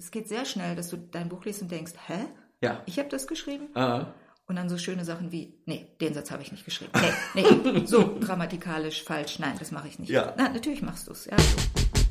es geht sehr schnell, dass du dein Buch liest und denkst, hä? Ja. Ich habe das geschrieben? Ah. Und dann so schöne Sachen wie, nee, den Satz habe ich nicht geschrieben. Nee, so grammatikalisch falsch, nein, das mache ich nicht. Ja. Na, natürlich machst du es, ja. So.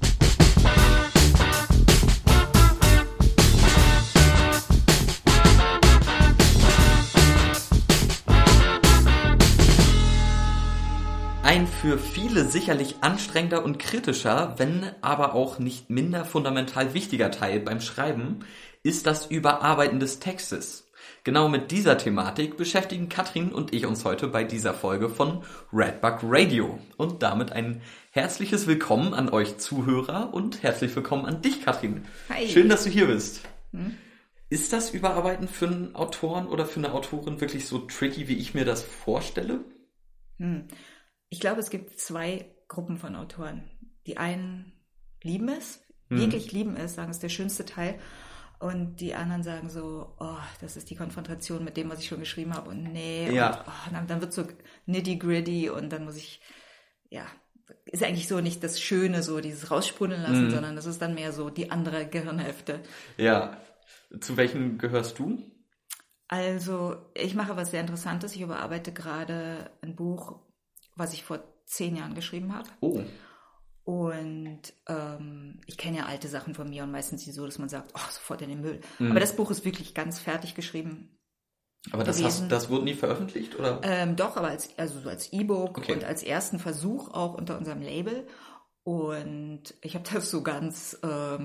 Ein für viele sicherlich anstrengender und kritischer, wenn aber auch nicht minder fundamental wichtiger Teil beim Schreiben ist das Überarbeiten des Textes. Genau mit dieser Thematik beschäftigen Katrin und ich uns heute bei dieser Folge von Redbug Radio. Und damit ein herzliches Willkommen an euch Zuhörer und herzlich willkommen an dich, Katrin. Hi. Schön, dass du hier bist. Ist das Überarbeiten für einen Autoren oder für eine Autorin wirklich so tricky, wie ich mir das vorstelle? Ich glaube, es gibt zwei Gruppen von Autoren. Die einen lieben es, wirklich lieben es, sagen, es ist der schönste Teil. Und die anderen sagen so, oh, das ist die Konfrontation mit dem, was ich schon geschrieben habe. Und nee, Ja. und dann wird so nitty-gritty und dann muss ich, ja, ist eigentlich so nicht das Schöne, so dieses raussprudeln lassen, sondern das ist dann mehr so die andere Gehirnhälfte. Ja. Zu welchen gehörst du? Also, ich mache was sehr Interessantes. Ich überarbeite gerade ein Buch, was ich vor 10 Jahren geschrieben habe. Oh. Und ich kenne ja alte Sachen von mir und meistens ist es so, dass man sagt, oh, sofort in den Müll. Aber das Buch ist wirklich ganz fertig geschrieben. Aber das wurde nie veröffentlicht, oder? Doch, aber als E-Book Okay. und als ersten Versuch auch unter unserem Label. Und ich habe das so ganz,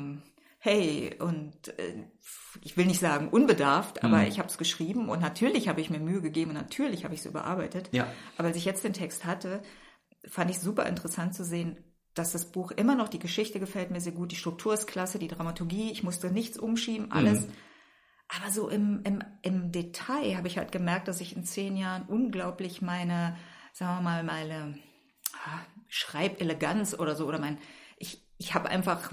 ich will nicht sagen unbedarft, aber ich habe es geschrieben und natürlich habe ich mir Mühe gegeben und natürlich habe ich es überarbeitet. Ja. Aber als ich jetzt den Text hatte, fand ich super interessant zu sehen, dass das Buch immer noch, die Geschichte gefällt mir sehr gut, die Struktur ist klasse, die Dramaturgie, ich musste nichts umschieben, alles. Aber so im Detail habe ich halt gemerkt, dass ich in 10 Jahren unglaublich meine Schreibeleganz oder so, oder ich habe einfach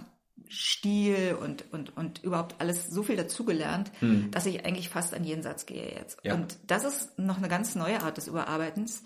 Stil und überhaupt alles so viel dazugelernt, dass ich eigentlich fast an jeden Satz gehe jetzt. Ja. Und das ist noch eine ganz neue Art des Überarbeitens.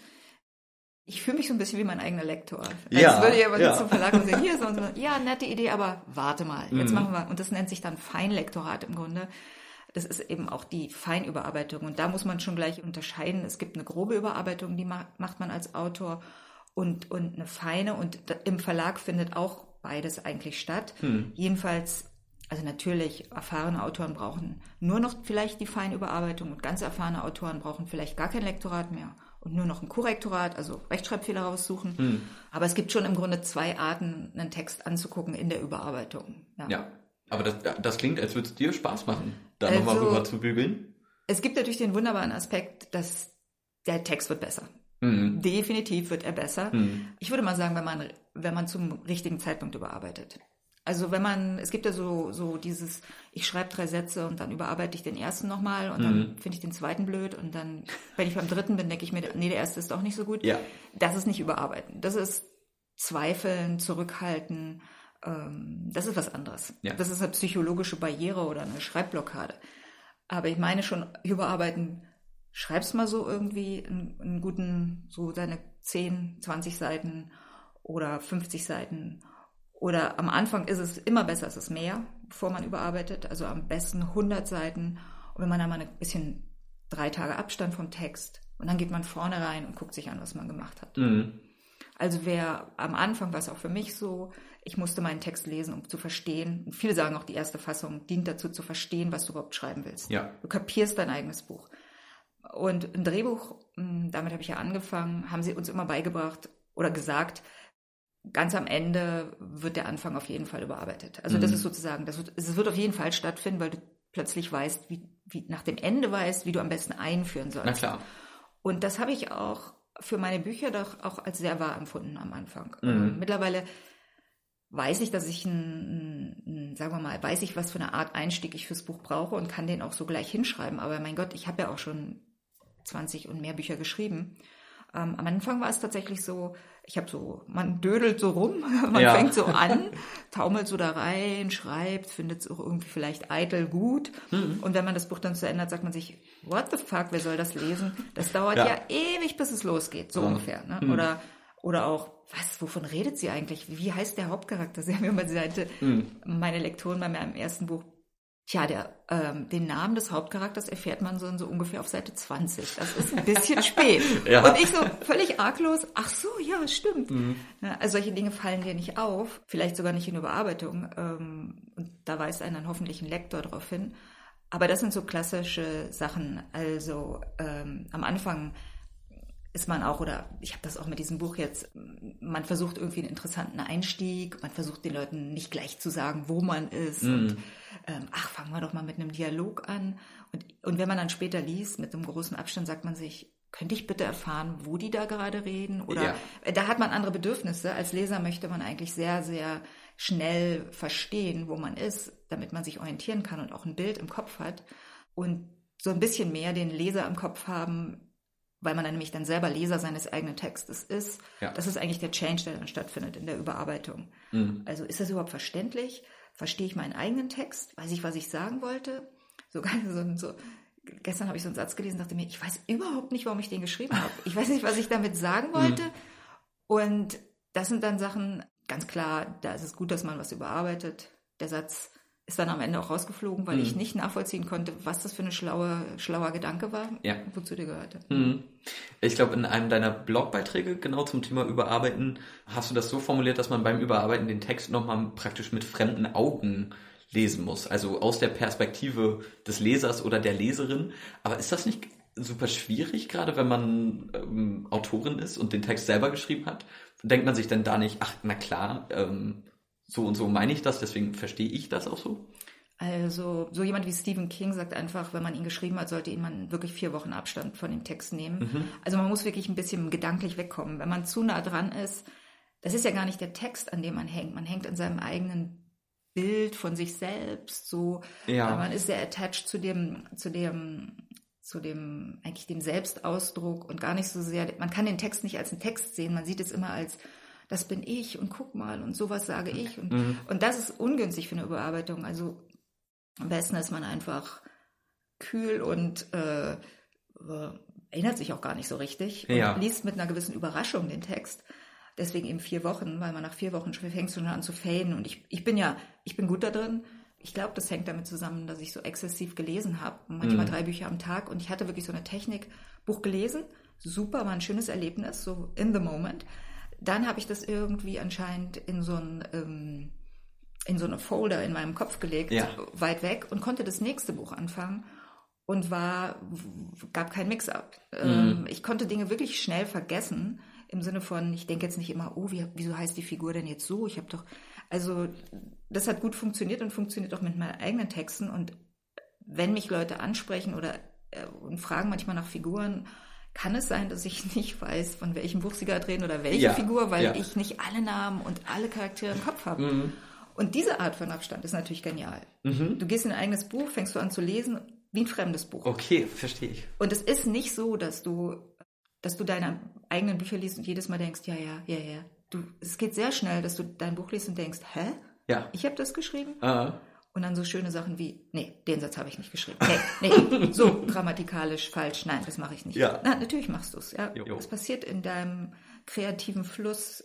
Ich fühle mich so ein bisschen wie mein eigener Lektor. Ja, Als würde ich aber ja. zum Verlag und sagen, hier ist so, ja, nette Idee, aber warte mal, jetzt machen wir, und das nennt sich dann Feinlektorat im Grunde. Das ist eben auch die Feinüberarbeitung und da muss man schon gleich unterscheiden. Es gibt eine grobe Überarbeitung, die macht man als Autor und eine feine, und im Verlag findet auch beides eigentlich statt. Jedenfalls, also natürlich, erfahrene Autoren brauchen nur noch vielleicht die Feinüberarbeitung und ganz erfahrene Autoren brauchen vielleicht gar kein Lektorat mehr und nur noch ein Korrektorat, also Rechtschreibfehler raussuchen. Aber es gibt schon im Grunde 2 Arten, einen Text anzugucken in der Überarbeitung. Ja. Aber das klingt, als würde es dir Spaß machen, da nochmal rüber zu bügeln. Es gibt natürlich den wunderbaren Aspekt, dass der Text wird besser. Definitiv wird er besser. Ich würde mal sagen, wenn man zum richtigen Zeitpunkt überarbeitet. Also es gibt ja so dieses, ich schreibe 3 Sätze und dann überarbeite ich den ersten nochmal und dann finde ich den zweiten blöd und dann, wenn ich beim dritten bin, denke ich mir, nee, der erste ist doch nicht so gut. Ja. Das ist nicht überarbeiten. Das ist zweifeln, zurückhalten. Das ist was anderes. Ja. Das ist eine psychologische Barriere oder eine Schreibblockade. Aber ich meine schon, überarbeiten, schreib's mal so irgendwie einen guten, so deine 10, 20 Seiten oder 50 Seiten. Oder am Anfang ist es immer besser, es ist mehr, bevor man überarbeitet. Also am besten 100 Seiten. Und wenn man dann mal ein bisschen 3 Tage Abstand vom Text und dann geht man vorne rein und guckt sich an, was man gemacht hat. Also am Anfang war es auch für mich so, ich musste meinen Text lesen, um zu verstehen. Und viele sagen auch, die erste Fassung dient dazu, zu verstehen, was du überhaupt schreiben willst. Ja. Du kapierst dein eigenes Buch. Und ein Drehbuch, damit habe ich ja angefangen, haben sie uns immer beigebracht oder gesagt, ganz am Ende wird der Anfang auf jeden Fall überarbeitet. Also das ist sozusagen, es wird auf jeden Fall stattfinden, weil du plötzlich weißt, wie nach dem Ende weißt, wie du am besten einführen sollst. Na klar. Und das habe ich auch für meine Bücher doch auch als sehr wahr empfunden am Anfang. Mittlerweile weiß ich, dass ich sagen wir mal, weiß ich, was für eine Art Einstieg ich fürs Buch brauche und kann den auch so gleich hinschreiben. Aber mein Gott, ich habe ja auch schon 20 und mehr Bücher geschrieben. Am Anfang war es tatsächlich so, man dödelt so rum, man fängt so an, taumelt so da rein, schreibt, findet es auch irgendwie vielleicht eitel gut. Und wenn man das Buch dann zu Ende hat, sagt man sich, what the fuck, wer soll das lesen? Das dauert ja ewig, bis es losgeht, so ungefähr. Ne? Oder auch, wovon redet sie eigentlich? Wie heißt der Hauptcharakter? Sie haben mir mal die Seite, meine Lektoren bei meinem ersten Buch Tja, den Namen des Hauptcharakters erfährt man so ungefähr auf Seite 20. Das ist ein bisschen spät. Ja. Und ich so völlig arglos, ach so, ja, stimmt. Also solche Dinge fallen dir nicht auf, vielleicht sogar nicht in Überarbeitung. Und da weist einen dann hoffentlich ein Lektor drauf hin. Aber das sind so klassische Sachen. Also am Anfang ist man auch, oder ich habe das auch mit diesem Buch jetzt, man versucht irgendwie einen interessanten Einstieg, man versucht den Leuten nicht gleich zu sagen, wo man ist und fangen wir doch mal mit einem Dialog an. Und wenn man dann später liest, mit einem großen Abstand, sagt man sich, könnte ich bitte erfahren, wo die da gerade reden? Oder da hat man andere Bedürfnisse. Als Leser möchte man eigentlich sehr, sehr schnell verstehen, wo man ist, damit man sich orientieren kann und auch ein Bild im Kopf hat. Und so ein bisschen mehr den Leser im Kopf haben, weil man dann nämlich dann selber Leser seines eigenen Textes ist. Ja. Das ist eigentlich der Change, der dann stattfindet in der Überarbeitung. Also ist das überhaupt verständlich? Verstehe ich meinen eigenen Text? Weiß ich, was ich sagen wollte? Gestern habe ich so einen Satz gelesen und dachte mir, ich weiß überhaupt nicht, warum ich den geschrieben habe. Ich weiß nicht, was ich damit sagen wollte. Und das sind dann Sachen, ganz klar, da ist es gut, dass man was überarbeitet. Der Satz ist dann am Ende auch rausgeflogen, weil ich nicht nachvollziehen konnte, was das für ein schlauer Gedanke war, wozu der gehörte. Ich glaube, in einem deiner Blogbeiträge genau zum Thema Überarbeiten hast du das so formuliert, dass man beim Überarbeiten den Text nochmal praktisch mit fremden Augen lesen muss, also aus der Perspektive des Lesers oder der Leserin. Aber ist das nicht super schwierig, gerade wenn man Autorin ist und den Text selber geschrieben hat? Denkt man sich dann da nicht, ach, na klar, so und so meine ich das, deswegen verstehe ich das auch so? Also so jemand wie Stephen King sagt einfach, wenn man ihn geschrieben hat, sollte man wirklich 4 Wochen Abstand von dem Text nehmen. Also man muss wirklich ein bisschen gedanklich wegkommen. Wenn man zu nah dran ist, das ist ja gar nicht der Text, an dem man hängt. Man hängt an seinem eigenen Bild von sich selbst. So, man ist sehr attached zu dem eigentlich dem Selbstausdruck und gar nicht so sehr, man kann den Text nicht als einen Text sehen, man sieht es immer als, das bin ich und guck mal und sowas sage ich und das ist ungünstig für eine Überarbeitung. Also am besten ist man einfach kühl und erinnert sich auch gar nicht so richtig und liest mit einer gewissen Überraschung den Text. Deswegen eben 4 Wochen, weil man nach 4 Wochen fängst du schon an zu faden und ich bin gut da drin. Ich glaube, das hängt damit zusammen, dass ich so exzessiv gelesen habe, manchmal 3 Bücher am Tag und ich hatte wirklich so eine Technik, Buch gelesen, super, war ein schönes Erlebnis, so in the moment. Dann habe ich das irgendwie anscheinend in so eine Folder in meinem Kopf gelegt, weit weg und konnte das nächste Buch anfangen und gab kein Mix-up. Ich konnte Dinge wirklich schnell vergessen, im Sinne von, ich denke jetzt nicht immer, wieso heißt die Figur denn jetzt so? Also das hat gut funktioniert und funktioniert auch mit meinen eigenen Texten und wenn mich Leute ansprechen und fragen manchmal nach Figuren, kann es sein, dass ich nicht weiß, von welchem Buch sie gerade reden oder welche Figur, weil ich nicht alle Namen und alle Charaktere im Kopf habe. Und diese Art von Abstand ist natürlich genial. Du gehst in ein eigenes Buch, fängst du an zu lesen, wie ein fremdes Buch. Okay, verstehe ich. Und es ist nicht so, dass du deine eigenen Bücher liest und jedes Mal denkst, ja. Es geht sehr schnell, dass du dein Buch liest und denkst, hä? Ja. Ich habe das geschrieben? Und dann so schöne Sachen wie, nee, den Satz habe ich nicht geschrieben. Nee, so grammatikalisch falsch. Nein, das mache ich nicht. Ja. Na, natürlich machst du es. Ja. Es passiert in deinem kreativen Fluss.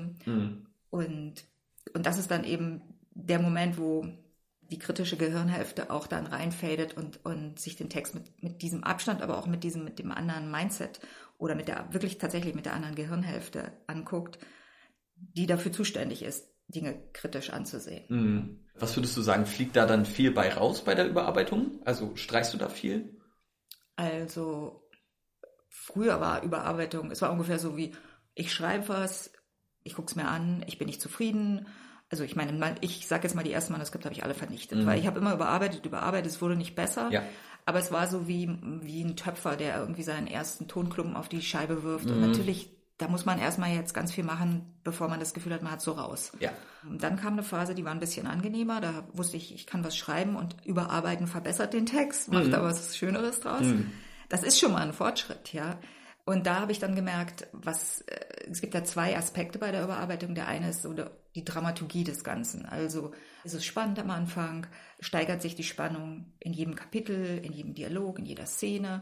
Und das ist dann eben der Moment, wo die kritische Gehirnhälfte auch dann reinfadet und sich den Text mit diesem Abstand, aber auch mit dem anderen Mindset oder tatsächlich mit der anderen Gehirnhälfte anguckt, die dafür zuständig ist, Dinge kritisch anzusehen. Was würdest du sagen, fliegt da dann viel bei raus bei der Überarbeitung? Also streichst du da viel? Also früher war Überarbeitung, es war ungefähr so wie, ich schreibe was, ich gucke es mir an, ich bin nicht zufrieden. Also ich meine, ich sage jetzt mal, die ersten Manuskripte habe ich alle vernichtet, weil ich habe immer überarbeitet, es wurde nicht besser. Ja. Aber es war so wie ein Töpfer, der irgendwie seinen ersten Tonklumpen auf die Scheibe wirft. Und natürlich, da muss man erstmal jetzt ganz viel machen, bevor man das Gefühl hat, man hat so raus. Ja. Und dann kam eine Phase, die war ein bisschen angenehmer. Da wusste ich kann was schreiben und überarbeiten verbessert den Text, macht da was Schöneres draus. Das ist schon mal ein Fortschritt, ja. Und da habe ich dann gemerkt, es gibt da 2 Aspekte bei der Überarbeitung. Der eine ist so die Dramaturgie des Ganzen. Also ist es spannend am Anfang, steigert sich die Spannung in jedem Kapitel, in jedem Dialog, in jeder Szene.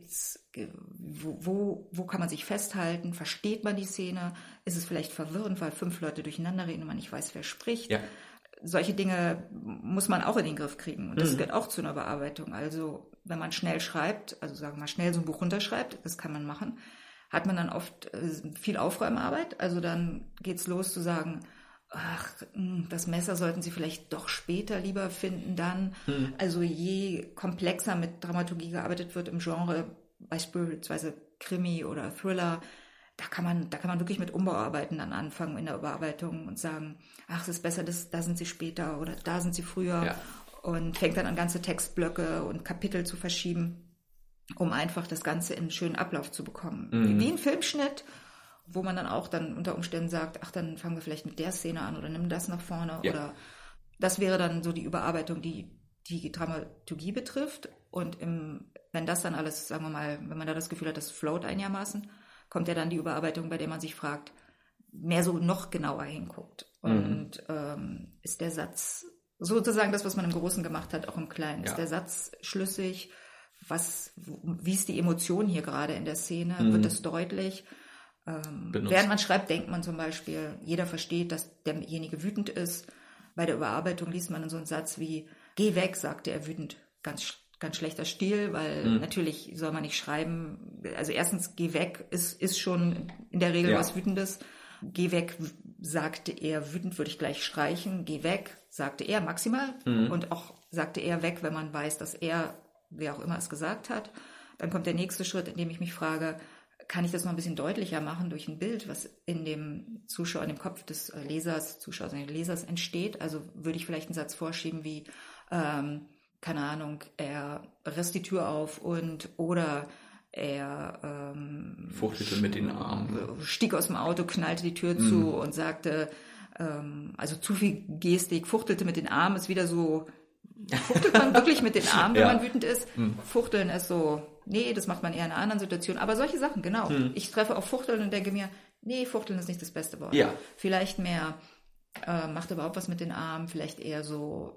Wo kann man sich festhalten? Versteht man die Szene? Ist es vielleicht verwirrend, weil 5 Leute durcheinander reden und man nicht weiß, wer spricht? Ja. solche Dinge muss man auch in den Griff kriegen. Und das gehört auch zu einer Bearbeitung. Also wenn man schnell schreibt, also sagen wir mal schnell so ein Buch runterschreibt, das kann man machen, hat man dann oft viel Aufräumarbeit. Also dann geht's los zu sagen, ach, das Messer sollten Sie vielleicht doch später lieber finden dann. Also je komplexer mit Dramaturgie gearbeitet wird im Genre, beispielsweise Krimi oder Thriller, da kann man wirklich mit Umbauarbeiten dann anfangen in der Überarbeitung und sagen, ach, es ist besser, da sind Sie später oder da sind Sie früher. Ja. Und fängt dann an, ganze Textblöcke und Kapitel zu verschieben, um einfach das Ganze in einen schönen Ablauf zu bekommen. Wie ein Filmschnitt, wo man dann auch dann unter Umständen sagt, ach, dann fangen wir vielleicht mit der Szene an oder nimm das nach vorne. Ja. Oder das wäre dann so die Überarbeitung, die Dramaturgie betrifft. Und wenn das dann alles, sagen wir mal, wenn man da das Gefühl hat, das float einigermaßen, kommt ja dann die Überarbeitung, bei der man sich fragt, mehr so noch genauer hinguckt. Und ist der Satz sozusagen das, was man im Großen gemacht hat, auch im Kleinen? Ja. Ist der Satz schlüssig? Wie ist die Emotion hier gerade in der Szene? Wird das deutlich? Während man schreibt, denkt man zum Beispiel, jeder versteht, dass derjenige wütend ist. Bei der Überarbeitung liest man dann so einen Satz wie, geh weg, sagte er wütend. Ganz schlechter Stil, weil natürlich soll man nicht schreiben. Also erstens, geh weg ist schon in der Regel was Wütendes. Geh weg, sagte er wütend, würde ich gleich streichen. Geh weg, sagte er maximal. Und auch sagte er weg, wenn man weiß, dass er, wer auch immer es gesagt hat. Dann kommt der nächste Schritt, in dem ich mich frage, kann ich das noch ein bisschen deutlicher machen durch ein Bild, was in dem Zuschauer, in dem Kopf des Zuschauers, des Lesers entsteht? Also würde ich vielleicht einen Satz vorschieben wie, keine Ahnung, er riss die Tür auf oder er fuchtelte mit den Armen, stieg aus dem Auto, knallte die Tür zu und sagte, also zu viel Gestik, fuchtelte mit den Armen, ist wieder so, fuchtelt man wirklich mit den Armen, wenn man wütend ist? Fuchteln ist so, nee, das macht man eher in einer anderen Situation. Aber solche Sachen, genau. Ich treffe auf Fuchteln und denke mir, nee, Fuchteln ist nicht das beste Wort. Ja. Vielleicht mehr, macht überhaupt was mit den Armen, vielleicht eher so,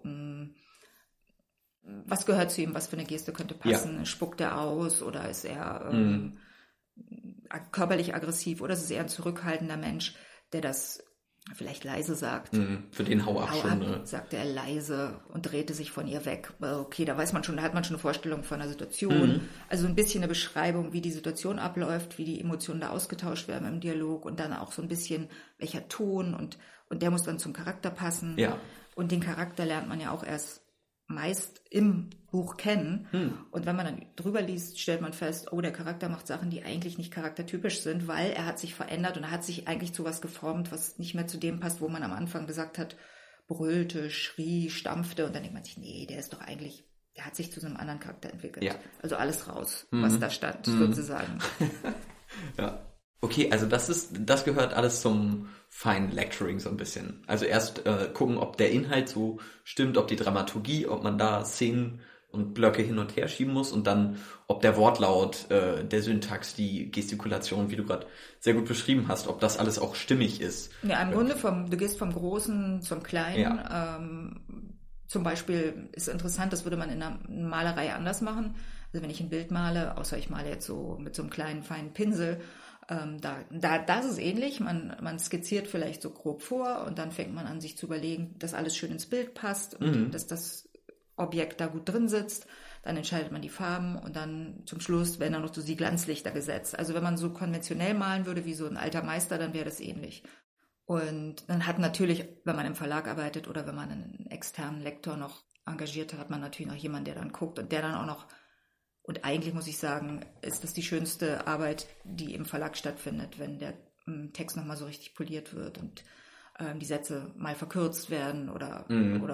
was gehört zu ihm, was für eine Geste könnte passen? Ja. Spuckt er aus oder ist er körperlich aggressiv oder ist es eher ein zurückhaltender Mensch, der das vielleicht leise sagt. Für den Hau ab schon. Ne? Sagte er leise und drehte sich von ihr weg. Okay, da hat man schon eine Vorstellung von der Situation. Also ein bisschen eine Beschreibung, wie die Situation abläuft, wie die Emotionen da ausgetauscht werden im Dialog und dann auch so ein bisschen, welcher Ton und der muss dann zum Charakter passen. Ja. Und den Charakter lernt man ja auch erst meist im Buch kennen. Und wenn man dann drüber liest, stellt man fest, oh, der Charakter macht Sachen, die eigentlich nicht charaktertypisch sind, weil er hat sich verändert und er hat sich eigentlich zu was geformt, was nicht mehr zu dem passt, wo man am Anfang gesagt hat, brüllte, schrie, stampfte und dann denkt man sich, nee, der hat sich zu so einem anderen Charakter entwickelt. Ja. Also alles raus, was da stand, sozusagen. Ja. Okay, also das gehört alles zum Fine Lecturing so ein bisschen. Also erst gucken, ob der Inhalt so stimmt, ob die Dramaturgie, ob man da Szenen und Blöcke hin und her schieben muss und dann, ob der Wortlaut, der Syntax, die Gestikulation, wie du gerade sehr gut beschrieben hast, ob das alles auch stimmig ist. Ja, im Grunde du gehst vom Großen zum Kleinen. Ja. Zum Beispiel ist interessant, das würde man in einer Malerei anders machen. Also wenn ich ein Bild male, außer ich male jetzt so mit so einem kleinen, feinen Pinsel, da ist es ähnlich. Man skizziert vielleicht so grob vor und dann fängt man an, sich zu überlegen, dass alles schön ins Bild passt und dass das Objekt da gut drin sitzt. Dann entscheidet man die Farben und dann zum Schluss werden dann noch so die Glanzlichter gesetzt. Also wenn man so konventionell malen würde wie so ein alter Meister, dann wäre das ähnlich. Und dann hat natürlich, wenn man im Verlag arbeitet oder wenn man einen externen Lektor noch engagiert hat, man natürlich noch jemanden, der dann guckt und der dann auch noch. Und eigentlich muss ich sagen, ist das die schönste Arbeit, die im Verlag stattfindet, wenn der Text nochmal so richtig poliert wird und die Sätze mal verkürzt werden oder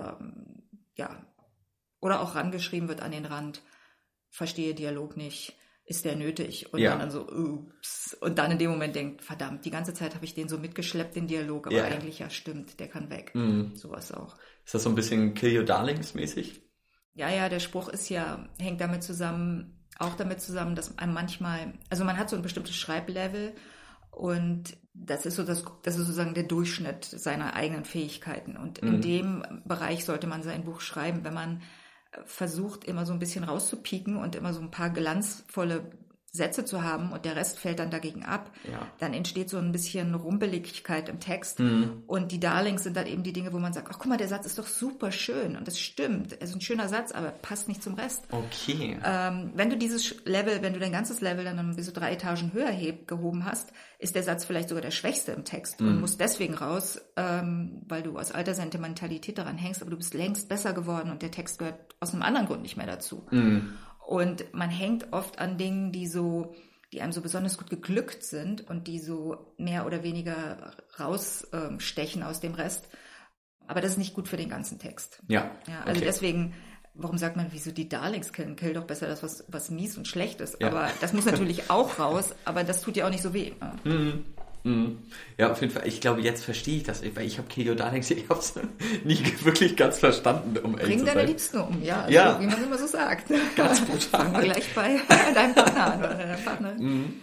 auch rangeschrieben wird an den Rand, verstehe Dialog nicht, ist der nötig? Und dann so, ups. Und dann in dem Moment denkt, verdammt, die ganze Zeit habe ich den so mitgeschleppt, den Dialog, aber eigentlich stimmt, der kann weg. Sowas auch. Ist das so ein bisschen Kill Your Darlings mäßig? Ja, der Spruch hängt damit zusammen, dass einem manchmal, also man hat so ein bestimmtes Schreiblevel und das ist sozusagen der Durchschnitt seiner eigenen Fähigkeiten. Und in dem Bereich sollte man sein Buch schreiben, wenn man versucht, immer so ein bisschen rauszupieken und immer so ein paar glanzvolle Sätze zu haben und der Rest fällt dann dagegen ab, Ja. dann entsteht so ein bisschen Rumpeligkeit im Text. Und die Darlings sind dann eben die Dinge, wo man sagt, ach guck mal, der Satz ist doch super schön und das stimmt. Es ist ein schöner Satz, aber passt nicht zum Rest. Okay. Wenn du dieses Level, wenn du dein ganzes Level dann wie so 3 Etagen höher gehoben hast, ist der Satz vielleicht sogar der schwächste im Text und muss deswegen raus, weil du aus alter Sentimentalität daran hängst, aber du bist längst besser geworden und der Text gehört aus einem anderen Grund nicht mehr dazu. Und man hängt oft an Dingen, die einem so besonders gut geglückt sind und die so mehr oder weniger rausstechen aus dem Rest. Aber das ist nicht gut für den ganzen Text. Ja. Also deswegen, warum sagt man, wieso die Darlings killen? Kill doch besser das, was mies und schlecht ist. Ja. Aber das muss natürlich auch raus, aber das tut ja auch nicht so weh. Ja, auf jeden Fall. Ich glaube, jetzt verstehe ich das, weil ich habe Kill Your Darlings, ich habe es nie wirklich ganz verstanden, um ehrlich zu sein. Bring deine Liebsten um, ja, also, wie man immer so sagt. Ganz brutal. Fangen wir gleich bei deinem Partner an oder deiner Partnerin.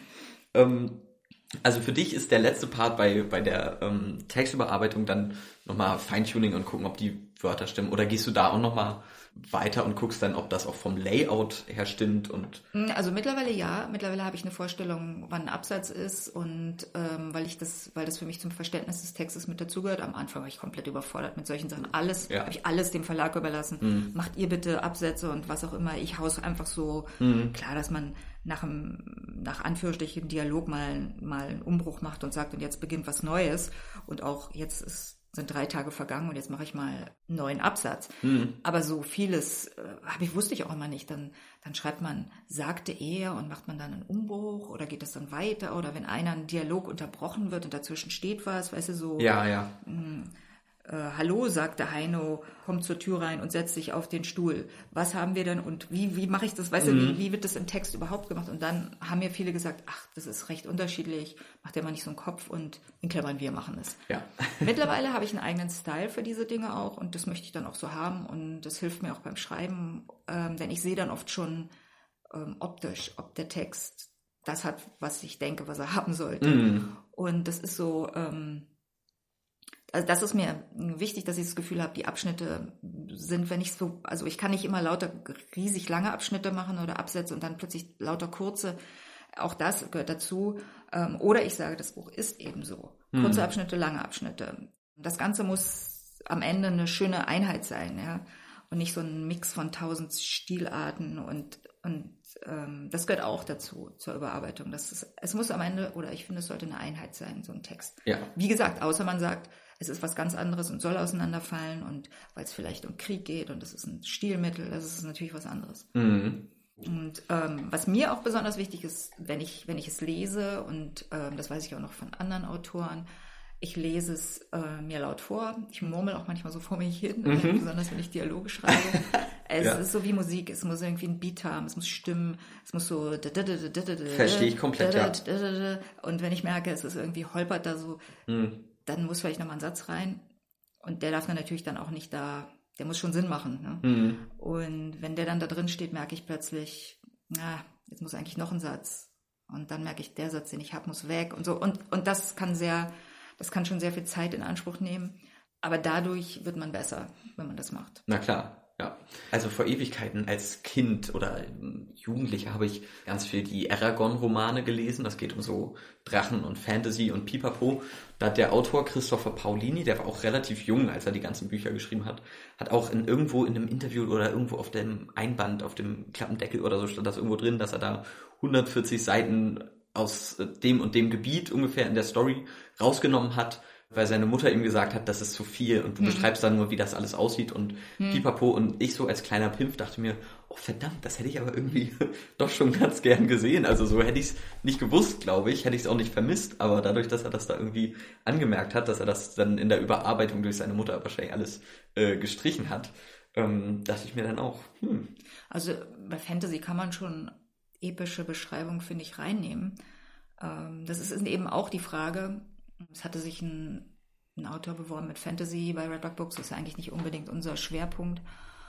Also für dich ist der letzte Part bei der Textüberarbeitung dann nochmal Feintuning und gucken, ob die Wörter stimmen. Oder gehst du da auch nochmal weiter und guckst dann, ob das auch vom Layout her stimmt? Also mittlerweile ja. Mittlerweile habe ich eine Vorstellung, wann ein Absatz ist und weil das für mich zum Verständnis des Textes mit dazugehört. Am Anfang war ich komplett überfordert mit solchen Sachen. Habe ich alles dem Verlag überlassen. Macht ihr bitte Absätze und was auch immer. Ich hau's einfach so. Klar, dass man nach Anführungsstrichen Dialog mal einen Umbruch macht und sagt, und jetzt beginnt was Neues. Und auch jetzt sind 3 Tage vergangen und jetzt mache ich mal einen neuen Absatz. Aber so vieles wusste ich auch immer nicht. Dann schreibt man, sagte er und macht man dann einen Umbruch oder geht das dann weiter? Oder wenn ein Dialog unterbrochen wird und dazwischen steht was, weißt du, so... Ja. Hallo, sagte Heino, kommt zur Tür rein und setzt sich auf den Stuhl. Was haben wir denn und wie mache ich das? Weißt du, wie wird das im Text überhaupt gemacht? Und dann haben mir viele gesagt, ach, das ist recht unterschiedlich, macht ja mal nicht so einen Kopf und in Klammern, wir machen es. Ja. Mittlerweile habe ich einen eigenen Style für diese Dinge auch und das möchte ich dann auch so haben und das hilft mir auch beim Schreiben, denn ich sehe dann oft schon optisch, ob der Text das hat, was ich denke, was er haben sollte. Und das ist so... Also das ist mir wichtig, dass ich das Gefühl habe, die Abschnitte sind, wenn ich so, also ich kann nicht immer lauter riesig lange Abschnitte machen oder Absätze und dann plötzlich lauter kurze. Auch das gehört dazu. Oder ich sage, das Buch ist eben so. Kurze Abschnitte, lange Abschnitte. Das Ganze muss am Ende eine schöne Einheit sein, ja. Und nicht so ein Mix von 1000 Stilarten und das gehört auch dazu, zur Überarbeitung. Es muss am Ende, oder ich finde, es sollte eine Einheit sein, so ein Text. Ja. Wie gesagt, außer man sagt, es ist was ganz anderes und soll auseinanderfallen und weil es vielleicht um Krieg geht und es ist ein Stilmittel, das ist natürlich was anderes. Und was mir auch besonders wichtig ist, wenn ich es lese und das weiß ich auch noch von anderen Autoren, ich lese es mir laut vor. Ich murmel auch manchmal so vor mich hin, besonders wenn ich Dialoge schreibe. Es ist so wie Musik. Es muss irgendwie ein Beat haben, es muss stimmen, es muss so... Verstehe ich komplett, ja. Und wenn ich merke, es ist irgendwie holpert da so, dann muss vielleicht nochmal ein Satz rein. Und der darf dann natürlich dann auch nicht da... Der muss schon Sinn machen. Ne? Und wenn der dann da drin steht, merke ich plötzlich, jetzt muss eigentlich noch ein Satz. Und dann merke ich, der Satz, den ich habe, muss weg und so. Und das kann schon sehr viel Zeit in Anspruch nehmen. Aber dadurch wird man besser, wenn man das macht. Na klar, ja. Also vor Ewigkeiten als Kind oder Jugendlicher habe ich ganz viel die Eragon-Romane gelesen. Das geht um so Drachen und Fantasy und Pipapo. Da hat der Autor Christopher Paolini, der war auch relativ jung, als er die ganzen Bücher geschrieben hat, hat auch irgendwo in einem Interview oder irgendwo auf dem Einband, auf dem Klappendeckel oder so stand das irgendwo drin, dass er da 140 Seiten aus dem und dem Gebiet ungefähr in der Story rausgenommen hat, weil seine Mutter ihm gesagt hat, das ist zu viel und du beschreibst dann nur, wie das alles aussieht und Pipapo. Und ich so als kleiner Pimpf dachte mir, oh verdammt, das hätte ich aber irgendwie doch schon ganz gern gesehen. Also so hätte ich es nicht gewusst, glaube ich, hätte ich es auch nicht vermisst, aber dadurch, dass er das da irgendwie angemerkt hat, dass er das dann in der Überarbeitung durch seine Mutter wahrscheinlich alles gestrichen hat, dachte ich mir dann auch, Also bei Fantasy kann man schon epische Beschreibung, finde ich, reinnehmen. Das ist eben auch die Frage, es hatte sich ein Autor beworben mit Fantasy bei Redbug Books, das ist ja eigentlich nicht unbedingt unser Schwerpunkt.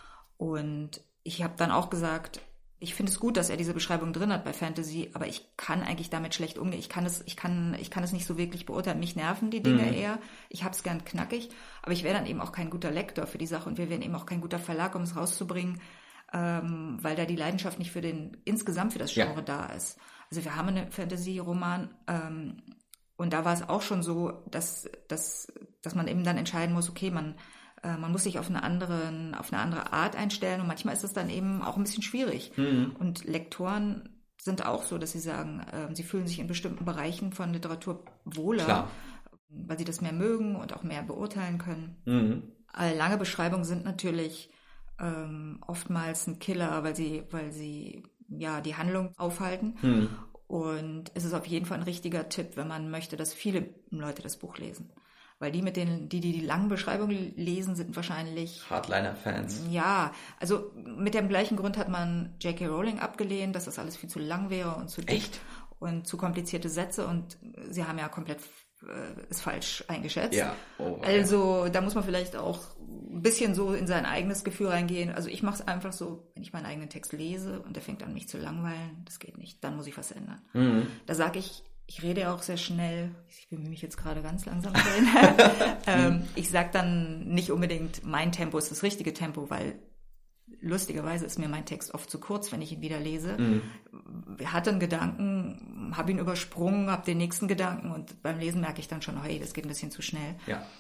Und ich habe dann auch gesagt, ich finde es gut, dass er diese Beschreibung drin hat bei Fantasy, aber ich kann eigentlich damit schlecht umgehen. Ich kann es nicht so wirklich beurteilen. Mich nerven die Dinge eher. Ich habe es gern knackig, aber ich wäre dann eben auch kein guter Lektor für die Sache und wir wären eben auch kein guter Verlag, um es rauszubringen. weil da die Leidenschaft nicht insgesamt für das Genre da ist. Also wir haben einen Fantasy-Roman, und da war es auch schon so, dass man eben dann entscheiden muss, okay, man muss sich auf eine andere Art einstellen, und manchmal ist es dann eben auch ein bisschen schwierig. Und Lektoren sind auch so, dass sie sagen, sie fühlen sich in bestimmten Bereichen von Literatur wohler, weil sie das mehr mögen und auch mehr beurteilen können. Lange Beschreibungen sind natürlich oftmals ein Killer, weil sie ja die Handlung aufhalten. Und es ist auf jeden Fall ein richtiger Tipp, wenn man möchte, dass viele Leute das Buch lesen. Weil die langen Beschreibungen lesen, sind wahrscheinlich Hardliner-Fans. Ja, also mit dem gleichen Grund hat man J.K. Rowling abgelehnt, dass das alles viel zu lang wäre und zu dicht und zu komplizierte Sätze, und sie haben ja komplett ist falsch eingeschätzt. Ja. Also da muss man vielleicht auch ein bisschen so in sein eigenes Gefühl reingehen. Also ich mache es einfach so, wenn ich meinen eigenen Text lese und der fängt an, mich zu langweilen, das geht nicht, dann muss ich was ändern. Da sage ich rede ja auch sehr schnell, ich bemühe mich jetzt gerade ganz langsam drin. Ich sage dann nicht unbedingt, mein Tempo ist das richtige Tempo, weil lustigerweise ist mir mein Text oft zu kurz, wenn ich ihn wieder lese. Hatte einen Gedanken, habe ihn übersprungen, habe den nächsten Gedanken, und beim Lesen merke ich dann schon, hey, das geht ein bisschen zu schnell.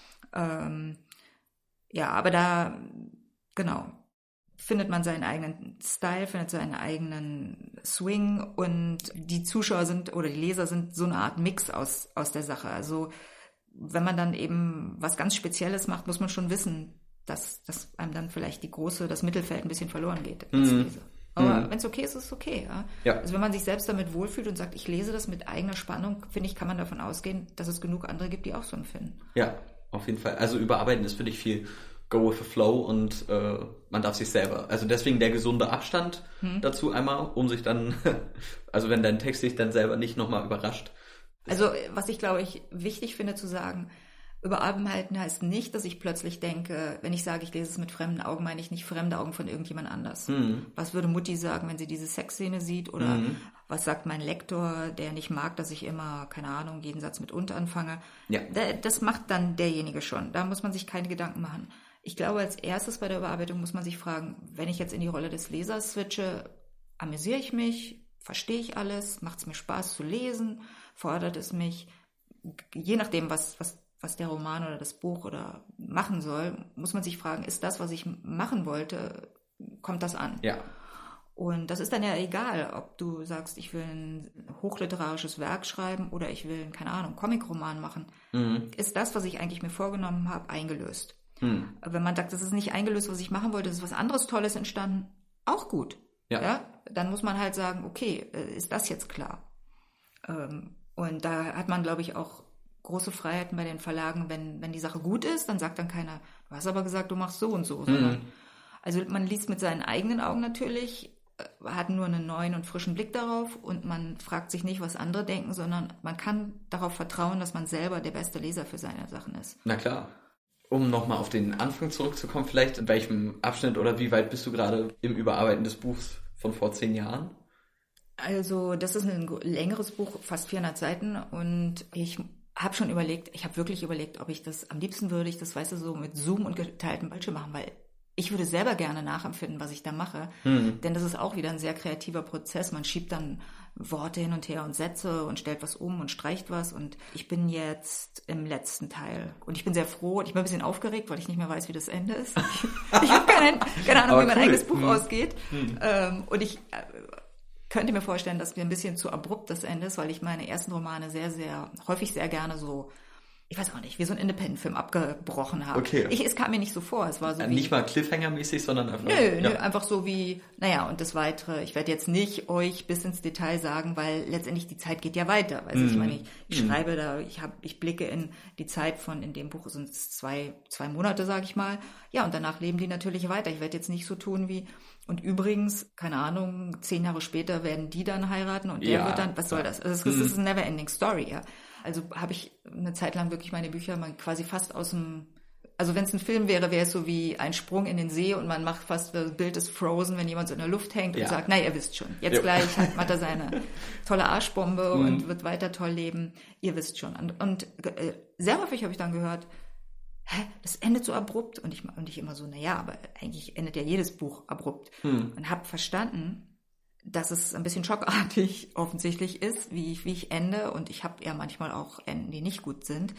Aber da, genau, findet man seinen eigenen Style, findet seinen eigenen Swing, und die Zuschauer oder die Leser sind so eine Art Mix aus der Sache. Also wenn man dann eben was ganz Spezielles macht, muss man schon wissen, dass einem dann vielleicht das Mittelfeld ein bisschen verloren geht als Leser. Aber wenn es okay ist, ist es okay. Ja? Also wenn man sich selbst damit wohlfühlt und sagt, ich lese das mit eigener Spannung, finde ich, kann man davon ausgehen, dass es genug andere gibt, die auch so empfinden. Ja, auf jeden Fall. Also überarbeiten ist für dich viel go with the flow, und man darf sich selber. Also deswegen der gesunde Abstand dazu einmal, um sich dann, also wenn dein Text dich dann selber nicht nochmal überrascht. Also was ich, glaube ich, wichtig finde zu sagen, überarbeiten heißt nicht, dass ich plötzlich denke, wenn ich sage, ich lese es mit fremden Augen, meine ich nicht fremde Augen von irgendjemand anders. Was würde Mutti sagen, wenn sie diese Sexszene sieht? Oder was sagt mein Lektor, der nicht mag, dass ich immer, keine Ahnung, jeden Satz mit und anfange? Ja. Das macht dann derjenige schon. Da muss man sich keine Gedanken machen. Ich glaube, als erstes bei der Überarbeitung muss man sich fragen, wenn ich jetzt in die Rolle des Lesers switche, amüsiere ich mich, verstehe ich alles, macht es mir Spaß zu lesen, fordert es mich, je nachdem, was der Roman oder das Buch oder machen soll, muss man sich fragen, ist das, was ich machen wollte, kommt das an? Ja. Und das ist dann ja egal, ob du sagst, ich will ein hochliterarisches Werk schreiben oder ich will, keine Ahnung, Comicroman machen. Ist das, was ich eigentlich mir vorgenommen habe, eingelöst? Wenn man sagt, das ist nicht eingelöst, was ich machen wollte, das ist was anderes Tolles entstanden, auch gut. Ja? Dann muss man halt sagen, okay, ist das jetzt klar? Und da hat man, glaube ich, auch große Freiheiten bei den Verlagen, wenn die Sache gut ist, dann sagt dann keiner, du hast aber gesagt, du machst so und so. Also man liest mit seinen eigenen Augen natürlich, hat nur einen neuen und frischen Blick darauf, und man fragt sich nicht, was andere denken, sondern man kann darauf vertrauen, dass man selber der beste Leser für seine Sachen ist. Na klar. Um nochmal auf den Anfang zurückzukommen, vielleicht in welchem Abschnitt oder wie weit bist du gerade im Überarbeiten des Buchs von vor 10 Jahren? Also das ist ein längeres Buch, fast 400 Seiten, und ich habe wirklich überlegt, ob ich das, am liebsten würde ich das, weißt du, so mit Zoom und geteiltem Bildschirm machen, weil ich würde selber gerne nachempfinden, was ich da mache, denn das ist auch wieder ein sehr kreativer Prozess. Man schiebt dann Worte hin und her und Sätze und stellt was um und streicht was, und ich bin jetzt im letzten Teil und ich bin sehr froh und ich bin ein bisschen aufgeregt, weil ich nicht mehr weiß, wie das Ende ist. Ich habe keine Ahnung, wie mein eigenes Buch ausgeht, und ich könnte mir vorstellen, dass mir ein bisschen zu abrupt das Ende ist, weil ich meine ersten Romane häufig sehr gerne so, ich weiß auch nicht, wie so ein Independent-Film abgebrochen habe. Okay. Es kam mir nicht so vor. Es war so nicht mal Cliffhanger-mäßig, sondern einfach... Nö, einfach so wie, und das Weitere. Ich werde jetzt nicht euch bis ins Detail sagen, weil letztendlich die Zeit geht ja weiter. Also ich meine, ich schreibe da, ich blicke in die Zeit in dem Buch sind es 2 Monate, sage ich mal. Ja, und danach leben die natürlich weiter. Ich werde jetzt nicht so tun wie... Und übrigens, keine Ahnung, 10 Jahre später werden die dann heiraten und der wird dann, was soll das? Also das ist eine never-ending Story, ja. Also habe ich eine Zeit lang wirklich meine Bücher mal quasi fast also wenn es ein Film wäre, wäre es so wie ein Sprung in den See und man macht fast, das Bild ist frozen, wenn jemand so in der Luft hängt und sagt, ihr wisst schon, jetzt gleich hat er seine tolle Arschbombe und wird weiter toll leben, ihr wisst schon. Und sehr häufig habe ich dann gehört, das endet so abrupt. Und ich immer so, naja, aber eigentlich endet ja jedes Buch abrupt. Und habe verstanden, dass es ein bisschen schockartig offensichtlich ist, wie ich ende. Und ich habe ja manchmal auch Enden, die nicht gut sind.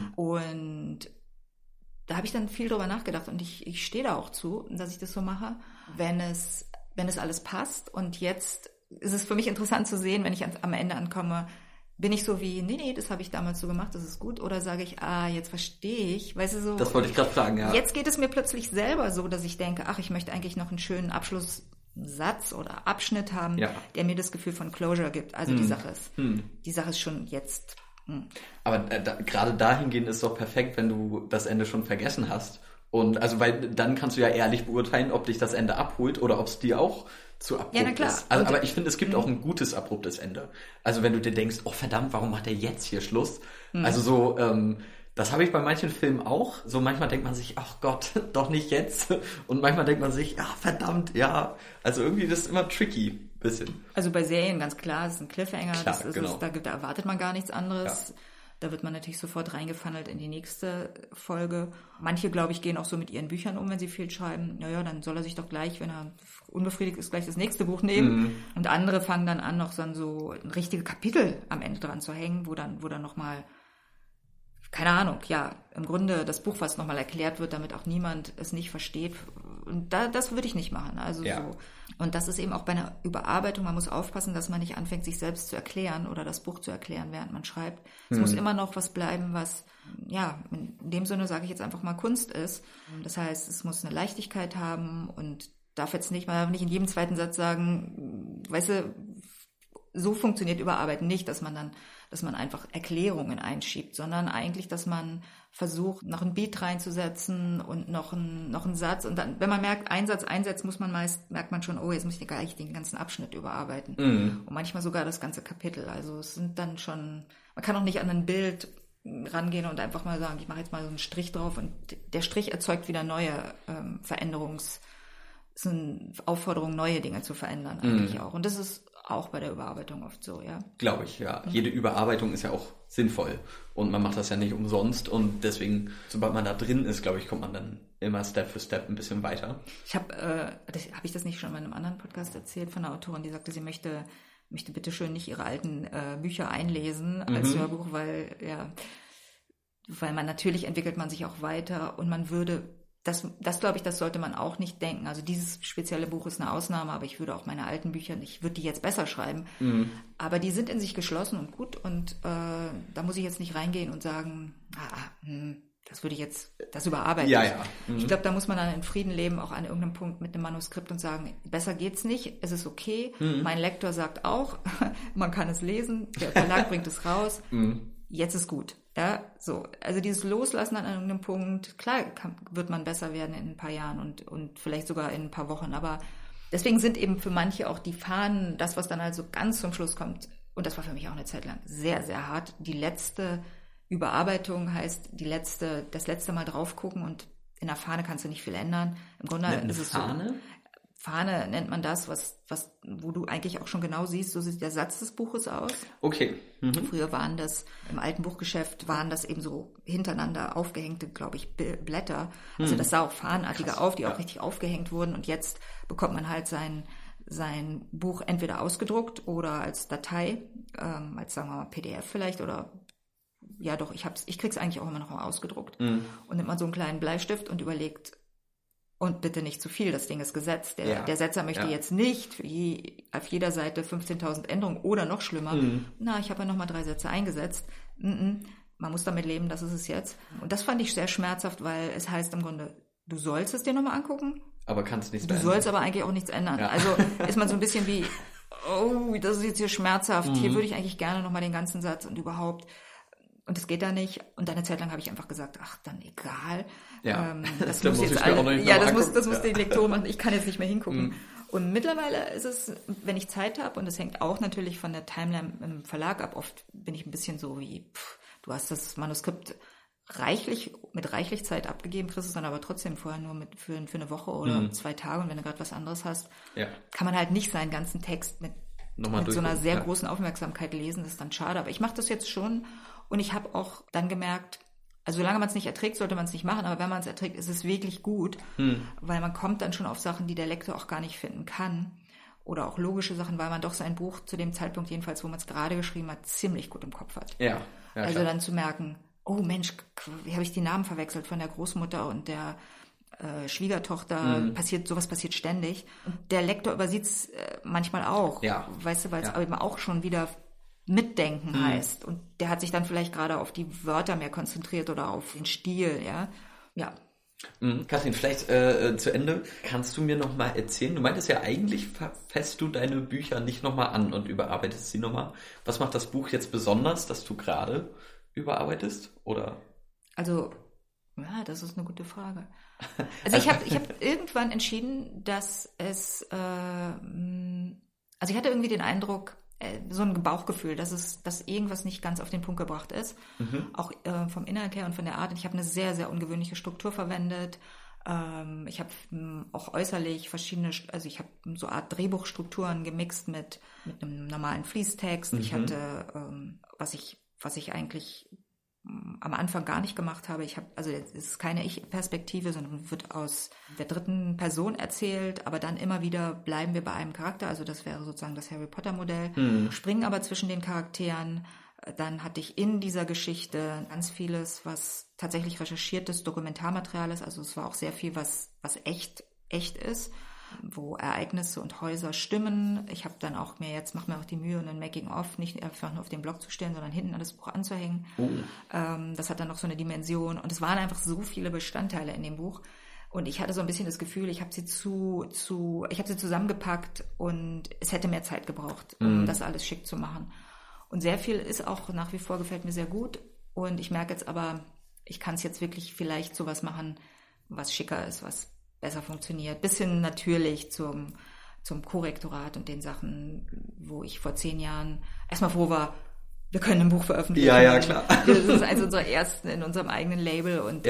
Und da habe ich dann viel drüber nachgedacht. Und ich stehe da auch zu, dass ich das so mache, wenn es alles passt. Und jetzt ist es für mich interessant zu sehen, wenn ich am Ende ankomme, bin ich so wie, nee, das habe ich damals so gemacht, das ist gut. Oder sage ich, jetzt verstehe ich. Weißt du, so. Das wollte ich gerade fragen, ja. Jetzt geht es mir plötzlich selber so, dass ich denke, ich möchte eigentlich noch einen schönen Abschlusssatz oder Abschnitt haben, der mir das Gefühl von Closure gibt. Also die Sache ist schon jetzt. Aber gerade dahingehend ist es doch perfekt, wenn du das Ende schon vergessen hast. Und also, weil dann kannst du ja ehrlich beurteilen, ob dich das Ende abholt oder ob es dir auch zu abrupt ja, na klar. ist. Also, aber ich finde, es gibt auch ein gutes abruptes Ende. Also wenn du dir denkst, oh verdammt, warum macht er jetzt hier Schluss? Also so, das habe ich bei manchen Filmen auch. So manchmal denkt man sich, ach Gott, doch nicht jetzt. Und manchmal denkt man sich, verdammt, ja. Also irgendwie das ist immer tricky, bisschen. Also bei Serien ganz klar, es ist ein Cliffhanger, klar, genau. Da erwartet man gar nichts anderes. Ja. Da wird man natürlich sofort reingefunnelt in die nächste Folge. Manche, glaube ich, gehen auch so mit ihren Büchern um, wenn sie viel schreiben. Naja, dann soll er sich doch gleich, wenn er unbefriedigt ist, gleich das nächste Buch nehmen. Und andere fangen dann an, noch so ein richtige Kapitel am Ende dran zu hängen, wo dann nochmal, keine Ahnung, ja, im Grunde das Buch fast nochmal erklärt wird, damit auch niemand es nicht versteht. Und das würde ich nicht machen. Also so. Und das ist eben auch bei einer Überarbeitung, man muss aufpassen, dass man nicht anfängt, sich selbst zu erklären oder das Buch zu erklären, während man schreibt. Es muss immer noch was bleiben, was, ja, in dem Sinne sage ich jetzt einfach mal Kunst ist. Das heißt, es muss eine Leichtigkeit haben und man darf nicht in jedem zweiten Satz sagen, weißt du, so funktioniert Überarbeiten nicht, dass man einfach Erklärungen einschiebt, sondern eigentlich, dass man versucht, noch ein Beat reinzusetzen und noch einen Satz. Und dann, wenn man merkt, ein Satz einsetzt, merkt man schon, jetzt muss ich gleich den ganzen Abschnitt überarbeiten. Und manchmal sogar das ganze Kapitel. Also es sind dann schon, man kann auch nicht an ein Bild rangehen und einfach mal sagen, ich mache jetzt mal so einen Strich drauf und der Strich erzeugt wieder neue ist eine Aufforderung, neue Dinge zu verändern eigentlich auch. Und das ist auch bei der Überarbeitung oft so, ja. Glaube ich, ja. Jede Überarbeitung ist ja auch sinnvoll und man macht das ja nicht umsonst und deswegen, sobald man da drin ist, glaube ich, kommt man dann immer Step für Step ein bisschen weiter. Habe ich das nicht schon in einem anderen Podcast erzählt von einer Autorin, die sagte, sie möchte bitte schön nicht ihre alten Bücher einlesen als Hörbuch, weil man natürlich entwickelt man sich auch weiter und man würde das glaube ich, das sollte man auch nicht denken. Also dieses spezielle Buch ist eine Ausnahme, aber ich würde auch meine alten Bücher, ich würde die jetzt besser schreiben. Aber die sind in sich geschlossen und gut und da muss ich jetzt nicht reingehen und sagen, das überarbeiten. Ja. Ich glaube, da muss man dann in Frieden leben, auch an irgendeinem Punkt mit einem Manuskript und sagen, besser geht's nicht, es ist okay. Mein Lektor sagt auch, man kann es lesen, der Verlag bringt es raus. Jetzt ist gut. Ja, so. Also dieses Loslassen an irgendeinem Punkt, klar wird man besser werden in ein paar Jahren und vielleicht sogar in ein paar Wochen, aber deswegen sind eben für manche auch die Fahnen, das, was dann also ganz zum Schluss kommt, und das war für mich auch eine Zeit lang sehr, sehr hart, die letzte Überarbeitung heißt, das letzte Mal drauf gucken und in der Fahne kannst du nicht viel ändern. Im Grunde ist es Fahne? So. Fahne nennt man das, wo du eigentlich auch schon genau siehst, so sieht der Satz des Buches aus. Okay. Früher waren das, im alten Buchgeschäft waren das eben so hintereinander aufgehängte, glaube ich, Blätter. Also das sah auch fahnenartiger auf, die auch richtig aufgehängt wurden. Und jetzt bekommt man halt sein Buch entweder ausgedruckt oder als Datei, als sagen wir mal PDF vielleicht oder ja doch, ich krieg's eigentlich auch immer noch mal ausgedruckt. Und nimmt man so einen kleinen Bleistift und überlegt, und bitte nicht zu viel, das Ding ist gesetzt. Der Setzer möchte jetzt nicht auf jeder Seite 15.000 Änderungen oder noch schlimmer. Ich habe ja nochmal 3 Sätze eingesetzt. Man muss damit leben, das ist es jetzt. Und das fand ich sehr schmerzhaft, weil es heißt im Grunde, du sollst es dir nochmal angucken. Aber kannst nichts ändern. Du sollst aber eigentlich auch nichts ändern. Ja. Also ist man so ein bisschen wie, das ist jetzt hier schmerzhaft. Hier würde ich eigentlich gerne nochmal den ganzen Satz und überhaupt. Und das geht da nicht. Und eine Zeit lang habe ich einfach gesagt, dann egal. Ja. Das muss jetzt das muss die Lektorin machen. Ich kann jetzt nicht mehr hingucken. Und mittlerweile ist es, wenn ich Zeit habe, und das hängt auch natürlich von der Timeline im Verlag ab, oft bin ich ein bisschen so wie, du hast das Manuskript mit reichlich Zeit abgegeben, kriegst es dann aber trotzdem vorher nur für eine Woche oder 2 Tage. Und wenn du gerade was anderes hast, kann man halt nicht seinen ganzen Text mit so einer sehr großen Aufmerksamkeit lesen. Das ist dann schade. Aber ich mache das jetzt schon. Und ich habe auch dann gemerkt, Also solange man es nicht erträgt, sollte man es nicht machen, aber wenn man es erträgt, ist es wirklich gut, weil man kommt dann schon auf Sachen, die der Lektor auch gar nicht finden kann oder auch logische Sachen, weil man doch sein Buch zu dem Zeitpunkt jedenfalls, wo man es gerade geschrieben hat, ziemlich gut im Kopf hat. Ja, also klar. dann zu merken, oh Mensch, wie habe ich die Namen verwechselt von der Großmutter und der Schwiegertochter, sowas passiert ständig. Und der Lektor übersieht es manchmal auch, weißt du, weil es eben auch schon wieder mitdenken heißt. Und der hat sich dann vielleicht gerade auf die Wörter mehr konzentriert oder auf den Stil, ja. Kathrin, vielleicht zu Ende, kannst du mir nochmal erzählen, du meintest ja eigentlich, fasst du deine Bücher nicht nochmal an und überarbeitest sie nochmal. Was macht das Buch jetzt besonders, dass du gerade überarbeitest, oder? Also, ja, das ist eine gute Frage. Also ich hab irgendwann entschieden, dass es, also ich hatte irgendwie den Eindruck, so ein Bauchgefühl, dass irgendwas nicht ganz auf den Punkt gebracht ist. Auch vom Inhalt her und von der Art. Ich habe eine sehr, sehr ungewöhnliche Struktur verwendet. Ich habe auch äußerlich verschiedene, also ich habe so eine Art Drehbuchstrukturen gemixt mit einem normalen Fließtext. Ich hatte, was ich eigentlich am Anfang gar nicht gemacht habe. Also es ist keine Ich-Perspektive, sondern wird aus der dritten Person erzählt, aber dann immer wieder bleiben wir bei einem Charakter, also das wäre sozusagen das Harry Potter-Modell, springen aber zwischen den Charakteren. Dann hatte ich in dieser Geschichte ganz vieles, was tatsächlich recherchiertes Dokumentarmaterial ist, also es war auch sehr viel, was echt ist, wo Ereignisse und Häuser stimmen. Ich habe dann auch mache mir auch die Mühe, einen Making-of nicht einfach nur auf den Blog zu stellen, sondern hinten an das Buch anzuhängen. Das hat dann noch so eine Dimension. Und es waren einfach so viele Bestandteile in dem Buch. Und ich hatte so ein bisschen das Gefühl, ich habe sie zusammengepackt und es hätte mehr Zeit gebraucht, um das alles schick zu machen. Und sehr viel ist auch nach wie vor, gefällt mir sehr gut. Und ich merke jetzt aber, ich kann es jetzt wirklich vielleicht sowas machen, was schicker ist, was besser funktioniert. Bisschen natürlich zum Korrektorat und den Sachen, wo ich vor 10 Jahren erstmal froh war, wir können ein Buch veröffentlichen. Ja, klar. Das ist also unser ersten in unserem eigenen Label und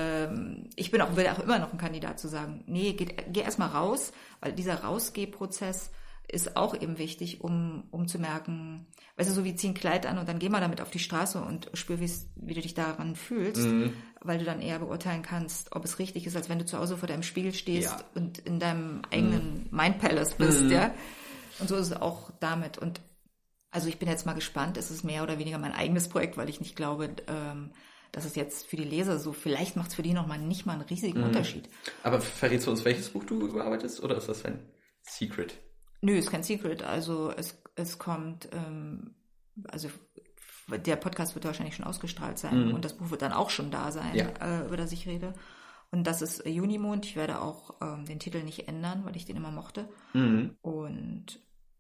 will auch immer noch ein Kandidat zu sagen, nee, geh erstmal raus, weil dieser Rausgehprozess ist auch eben wichtig, um zu merken, weißt du, so wie zieh ein Kleid an und dann geh mal damit auf die Straße und spür, wie du dich daran fühlst, weil du dann eher beurteilen kannst, ob es richtig ist, als wenn du zu Hause vor deinem Spiegel stehst und in deinem eigenen Mind Palace bist, ja. Und so ist es auch damit. Und also ich bin jetzt mal gespannt, es ist mehr oder weniger mein eigenes Projekt, weil ich nicht glaube, dass es jetzt für die Leser so, vielleicht macht es für die nicht mal einen riesigen Unterschied. Aber verrätst du uns, welches Buch du überarbeitest, oder ist das ein Secret? Nö, ist kein Secret. Also es kommt, also der Podcast wird wahrscheinlich schon ausgestrahlt sein und das Buch wird dann auch schon da sein, über das ich rede. Und das ist Junimond. Ich werde auch den Titel nicht ändern, weil ich den immer mochte. Und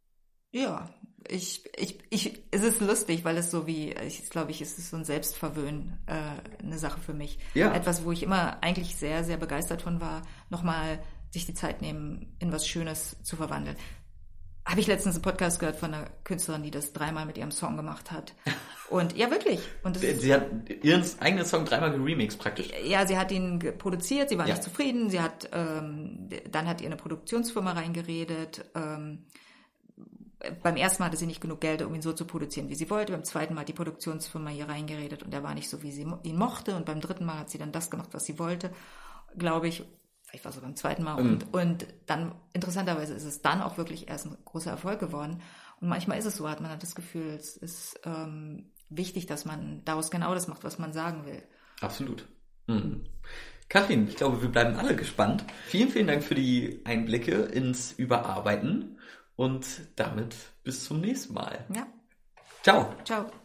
ja, es ist lustig, weil es so ich glaube, es ist so ein Selbstverwöhnen, eine Sache für mich. Ja. Etwas, wo ich immer eigentlich sehr, sehr begeistert von war, nochmal sich die Zeit nehmen, in was Schönes zu verwandeln. Habe ich letztens einen Podcast gehört von einer Künstlerin, die das 3-mal mit ihrem Song gemacht hat. Und ja, wirklich. Und sie hat ihren eigenen Song 3-mal geremixed praktisch. Ja, sie hat ihn produziert, sie war nicht zufrieden. Sie hat, dann hat ihr eine Produktionsfirma reingeredet. Beim ersten Mal hatte sie nicht genug Geld, um ihn so zu produzieren, wie sie wollte. Beim zweiten Mal hat die Produktionsfirma hier reingeredet und er war nicht so, wie sie ihn mochte. Und beim dritten Mal hat sie dann das gemacht, was sie wollte, glaube ich. Vielleicht war es beim zweiten Mal. Und dann, interessanterweise, ist es dann auch wirklich erst ein großer Erfolg geworden. Und manchmal ist es so, hat man das Gefühl, es ist wichtig, dass man daraus genau das macht, was man sagen will. Absolut. Kathrin, ich glaube, wir bleiben alle gespannt. Vielen, vielen Dank für die Einblicke ins Überarbeiten und damit bis zum nächsten Mal. Ja. Ciao. Ciao.